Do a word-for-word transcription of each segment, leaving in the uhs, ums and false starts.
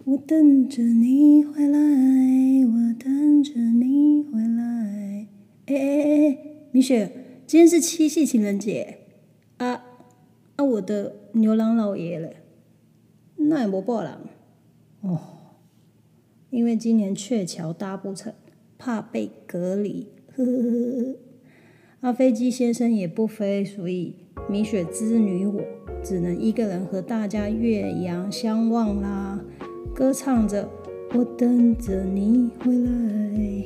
我等着你回来，我等着你回来。哎哎哎，米雪，今天是七夕情人节啊啊！我的牛郎老爷嘞，那也没报人哦，因为今年鹊桥搭不成，怕被隔离。呵呵呵呵。啊，飞机先生也不飞，所以米雪之女我只能一个人和大家岳阳相望啦，歌唱着我等着你回来。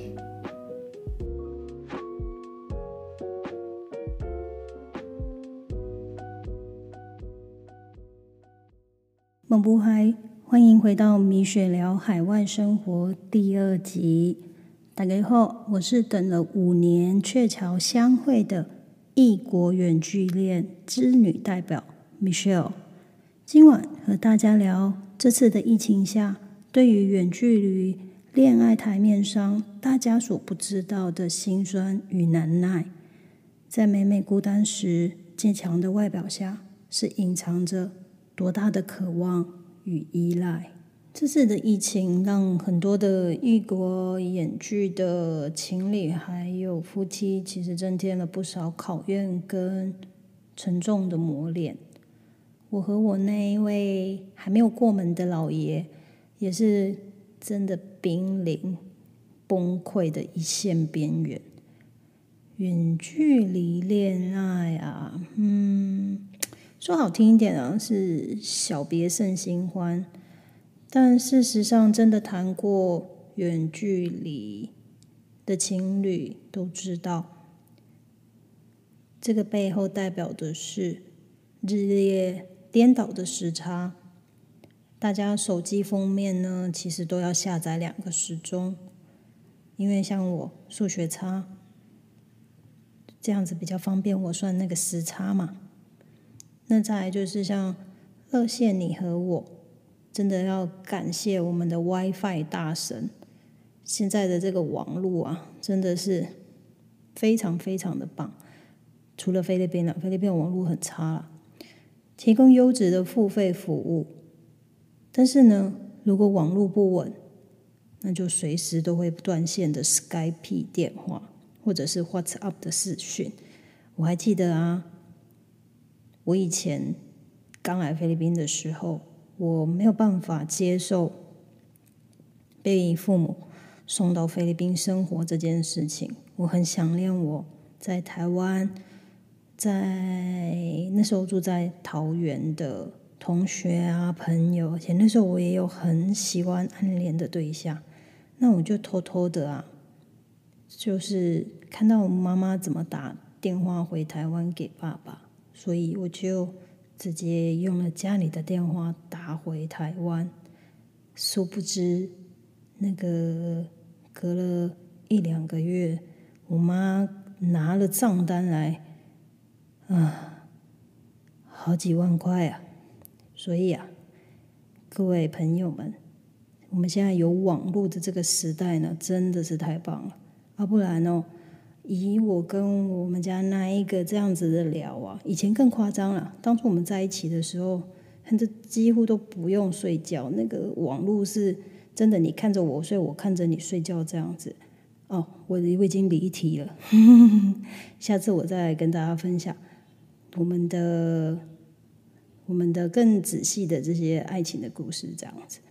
猛不嗨，欢迎回到米雪聊海外生活第二集。大家好，我是等了五年鹊桥相会的异国远距恋之女代表 Michelle。今晚和大家聊这次的疫情下，对于远距离恋爱台面上大家所不知道的辛酸与难耐。在每每孤单时，坚强的外表下是隐藏着多大的渴望与依赖。这次的疫情让很多的异国远距的情侣还有夫妻其实增添了不少考验跟沉重的磨练。我和我那一位还没有过门的老爷也是真的濒临崩溃的一线边缘。远距离恋爱啊，嗯，说好听一点啊，是小别胜新欢。但事实上，真的谈过远距离的情侣都知道，这个背后代表的是日夜颠倒的时差。大家手机封面呢，其实都要下载两个时钟，因为像我数学差，这样子比较方便我算那个时差嘛。那再来就是像热线你和我。真的要感谢我们的 WiFi 大神，现在的这个网络啊，真的是非常非常的棒。除了菲律宾了，菲律宾网络很差了，提供优质的付费服务。但是呢，如果网络不稳，那就随时都会断线的 Skype 电话，或者是 WhatsApp 的视讯。我还记得啊，我以前刚来菲律宾的时候，我没有办法接受被父母送到菲律宾生活这件事情。我很想念我在台湾，在那时候住在桃园的同学啊朋友，而且那时候我也有很喜欢暗恋的对象。那我就偷偷的啊，就是看到我妈妈怎么打电话回台湾给爸爸，所以我就直接用了家里的电话打回台湾。殊不知那个隔了一两个月，我妈拿了账单来啊，好几万块啊。所以啊，各位朋友们，我们现在有网络的这个时代呢，真的是太棒了。啊，不然哦，以我跟我们家那一个这样子的聊啊，以前更夸张了。当初我们在一起的时候，这几乎都不用睡觉，那个网络是真的，你看着我睡，我看着你睡觉这样子。哦，我我已经离题了，下次我再来跟大家分享我们的我们的更仔细的这些爱情的故事，这样子。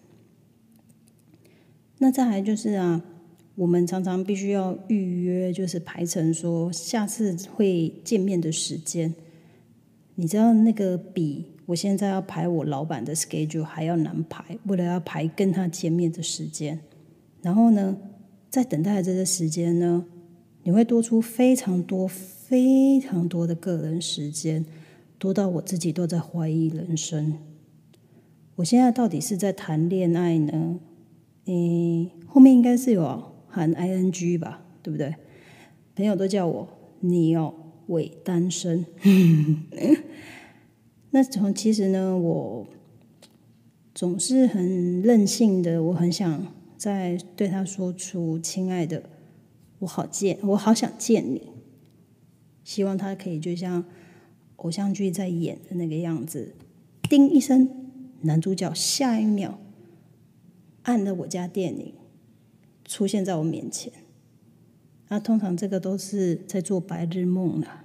那再来就是啊，我们常常必须要预约，就是排成说下次会见面的时间。你知道那个比我现在要排我老板的 schedule 还要难排，为了要排跟他见面的时间。然后呢，在等待的这个时间呢，你会多出非常多非常多的个人时间，多到我自己都在怀疑人生。我现在到底是在谈恋爱呢？诶，后面应该是有含 ing 吧，对不对？朋友都叫我你哦伪单身。那从其实呢，我总是很任性的，我很想再对他说出亲爱的，我好见，我好想见你。希望他可以就像偶像剧在演的那个样子，叮一声，男主角下一秒按了我家电铃出现在我面前。那、啊、通常这个都是在做白日梦了。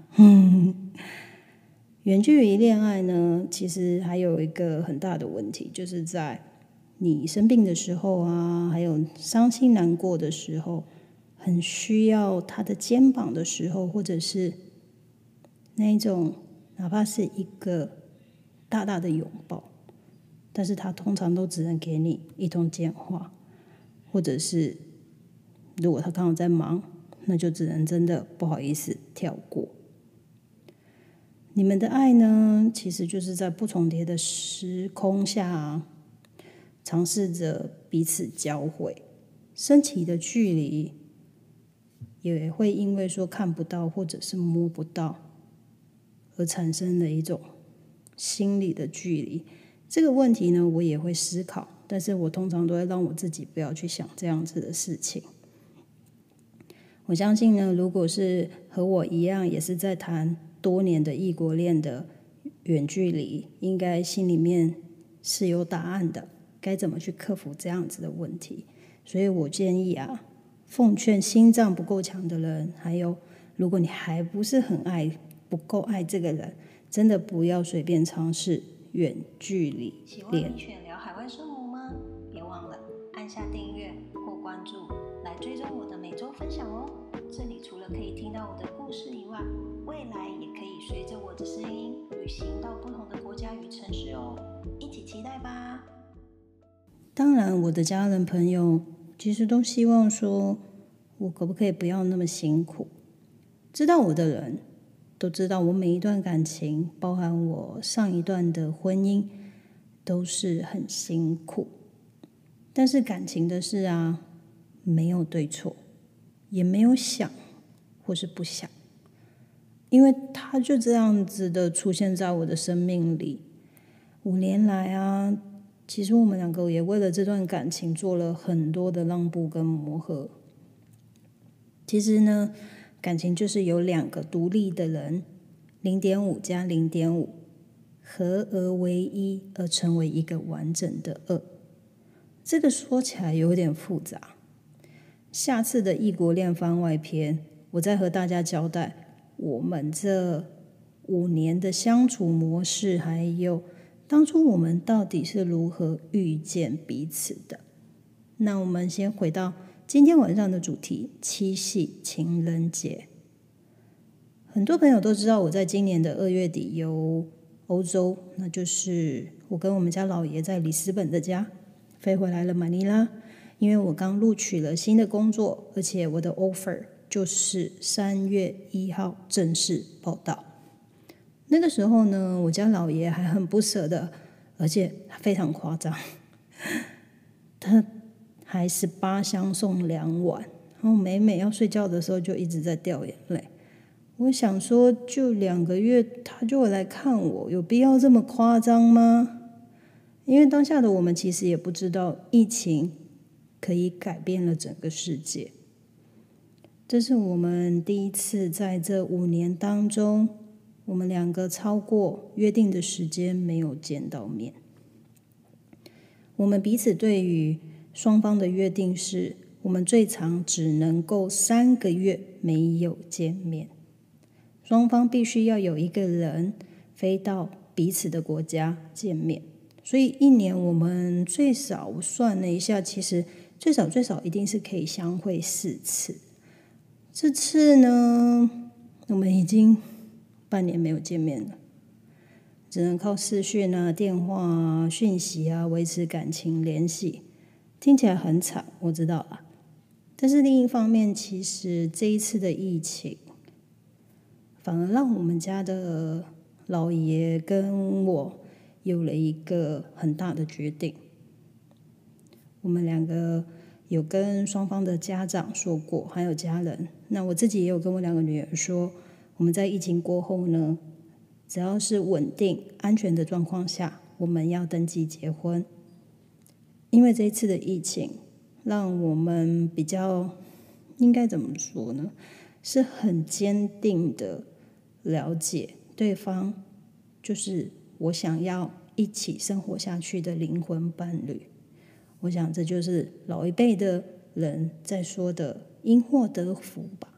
远距离恋爱呢，其实还有一个很大的问题，就是在你生病的时候啊，还有伤心难过的时候，很需要他的肩膀的时候，或者是那一种哪怕是一个大大的拥抱，但是他通常都只能给你一通电话，或者是如果他刚好在忙，那就只能真的不好意思跳过。你们的爱呢，其实就是在不重叠的时空下，尝试着彼此交汇。身体的距离也会因为说看不到或者是摸不到，而产生了一种心理的距离。这个问题呢，我也会思考，但是我通常都会让我自己不要去想这样子的事情。我相信呢，如果是和我一样也是在谈多年的异国恋的远距离，应该心里面是有答案的，该怎么去克服这样子的问题。所以我建议啊，奉劝心脏不够强的人，还有如果你还不是很爱不够爱这个人，真的不要随便尝试远距离恋。 喜欢米雪聊海外生活吗？别忘了按下订阅或关注，来追踪我的每周分享哦。这里除了可以听到我的故事以外，未来也可以随着我的声音旅行到不同的国家与城市哦，一起期待吧。 当然，我的家人朋友其实都希望说，我可不可以不要那么辛苦？知道我的人都知道，我每一段感情，包含我上一段的婚姻，都是很辛苦。但是感情的事啊，没有对错，也没有想或是不想，因为他就这样子的出现在我的生命里。五年来啊，其实我们两个也为了这段感情做了很多的让步跟磨合。其实呢，感情就是有两个独立的人， 零点五 加 零点五 合而为一，而成为一个完整的二。这个说起来有点复杂，下次的异国恋番外篇，我再和大家交代我们这五年的相处模式，还有当初我们到底是如何遇见彼此的。那我们先回到今天晚上的主题，七夕情人节。很多朋友都知道我在今年的二月底游欧洲，那就是我跟我们家老爷在里斯本的家飞回来了马尼拉，因为我刚录取了新的工作，而且我的 offer 就是三月一号正式报到。那个时候呢，我家老爷还很不舍的，而且他非常夸张，他还是八香送两碗，然后每每要睡觉的时候就一直在掉眼泪。我想说，就两个月他就会来看我，有必要这么夸张吗？因为当下的我们其实也不知道疫情可以改变了整个世界。这是我们第一次在这五年当中，我们两个超过约定的时间没有见到面。我们彼此对于双方的约定是，我们最长只能够三个月没有见面，双方必须要有一个人飞到彼此的国家见面。所以一年我们最少，我算了一下，其实最少最少一定是可以相会四次。这次呢，我们已经半年没有见面了，只能靠视讯啊、电话啊、讯息啊维持感情联系。听起来很惨，我知道啦。但是另一方面，其实这一次的疫情，反而让我们家的老爷跟我有了一个很大的决定。我们两个有跟双方的家长说过，还有家人。那我自己也有跟我两个女儿说，我们在疫情过后呢，只要是稳定、安全的状况下，我们要登记结婚。因为这一次的疫情，让我们比较应该怎么说呢？是很坚定的了解对方就是我想要一起生活下去的灵魂伴侣。 我想这就是老一辈的人在说的因祸得福吧。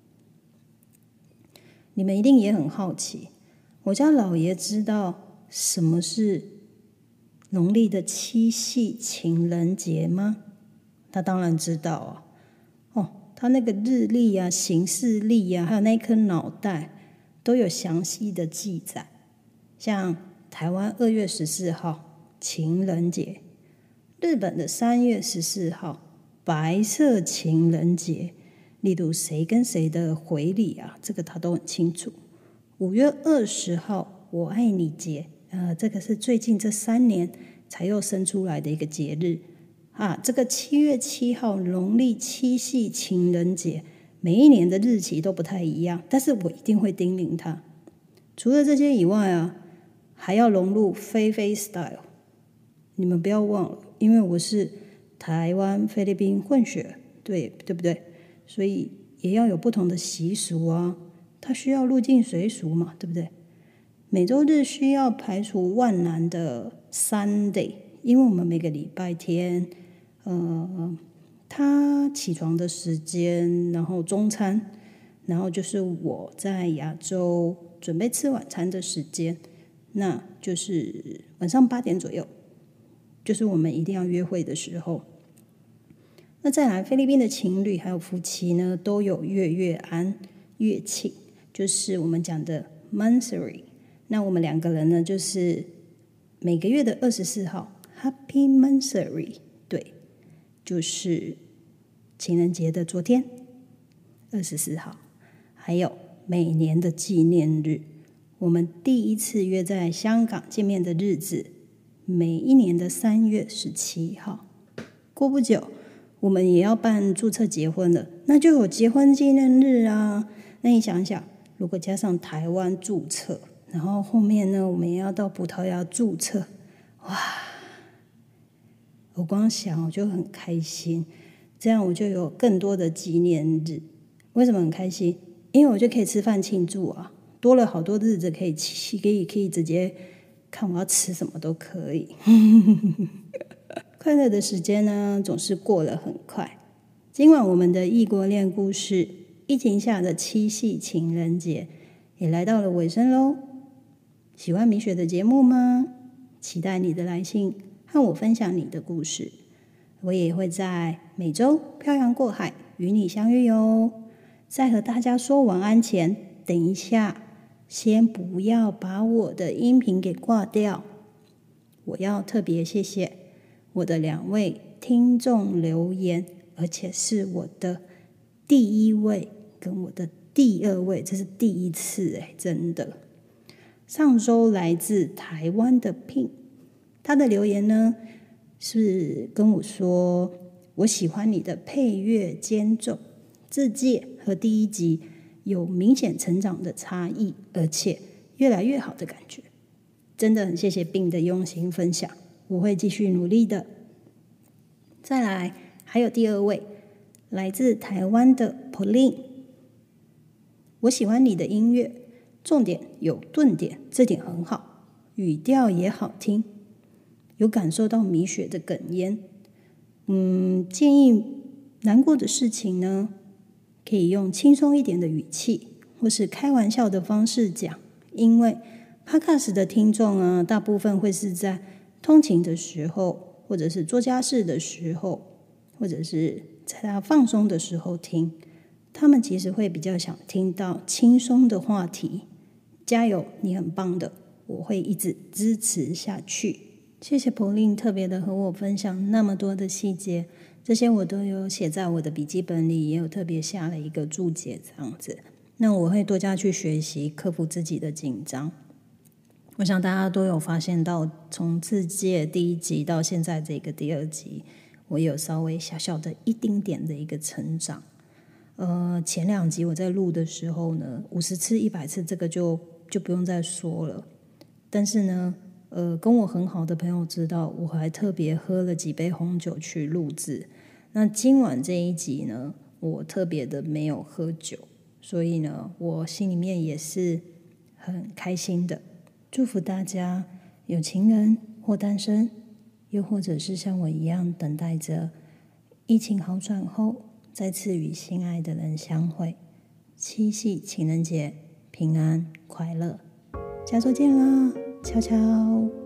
你们一定也很好奇，我家老爷知道什么是农历的七夕情人节吗？他当然知道啊。哦，他那个日历啊、行事历啊，还有那颗脑袋都有详细的记载。像台湾二月十四号情人节，日本的三月十四号白色情人节，例如谁跟谁的回礼啊，这个他都很清楚。五月二十号我爱你节，呃，这个是最近这三年才又生出来的一个节日啊。这个七月七号农历七夕情人节，每一年的日期都不太一样，但是我一定会叮咛他。除了这些以外啊，还要融入菲菲 style， 你们不要忘了，因为我是台湾菲律宾混血，对对不对？所以也要有不同的习俗啊，它需要入境随俗嘛，对不对？每周日需要排除万难的 Sunday， 因为我们每个礼拜天，呃，他起床的时间，然后中餐，然后就是我在亚洲准备吃晚餐的时间，那就是晚上八点左右，就是我们一定要约会的时候。那再来，菲律宾的情侣还有夫妻呢，都有月月安月庆，就是我们讲的 monthly。那我们两个人呢，就是每个月的二十四号 Happy monthly， 对，就是情人节的昨天二十四号。还有每年的纪念日，我们第一次约在香港见面的日子，每一年的三月十七号。过不久我们也要办注册结婚了，那就有结婚纪念日啊。那你想想，如果加上台湾注册，然后后面呢，我们也要到葡萄牙注册，哇！我光想我就很开心，这样我就有更多的纪念日。为什么很开心？因为我就可以吃饭庆祝啊，多了好多日子可以可以可以直接看我要吃什么都可以。快乐的时间呢，总是过得很快。今晚我们的异国恋故事，疫情下的七夕情人节也来到了尾声喽。喜欢米雪的节目吗？期待你的来信和我分享你的故事。我也会在每周漂洋过海与你相遇哟。在和大家说晚安前，等一下先不要把我的音频给挂掉。我要特别谢谢我的两位听众留言，而且是我的第一位跟我的第二位，这是第一次诶，真的。上周来自台湾的 Pin， 他的留言呢是跟我说，我喜欢你的配乐间奏，自介和第一集有明显成长的差异，而且越来越好的感觉。真的很谢谢 Pin 的用心分享，我会继续努力的。再来，还有第二位，来自台湾的 Pauline， 我喜欢你的音乐，重点有顿点，这点很好，语调也好听，有感受到米雪的哽咽。嗯，建议难过的事情呢，可以用轻松一点的语气，或是开玩笑的方式讲，因为 Podcast 的听众啊，大部分会是在通勤的时候，或者是做家事的时候，或者是在他放松的时候听，他们其实会比较想听到轻松的话题。加油，你很棒的，我会一直支持下去。谢谢 Pauline 特别的和我分享那么多的细节，这些我都有写在我的笔记本里，也有特别下了一个注解这样子。那我会多加去学习，克服自己的紧张。我想大家都有发现到，从自介第一集到现在这个第二集，我有稍微小小的一丁点的一个成长。呃，前两集我在录的时候呢，五十次、一百次，这个就就不用再说了。但是呢，呃，跟我很好的朋友知道，我还特别喝了几杯红酒去录制。那今晚这一集呢，我特别的没有喝酒，所以呢，我心里面也是很开心的。祝福大家有情人或单身又或者是像我一样等待着疫情好转后再次与心爱的人相会。七夕情人节平安快乐，下周见啦，悄悄。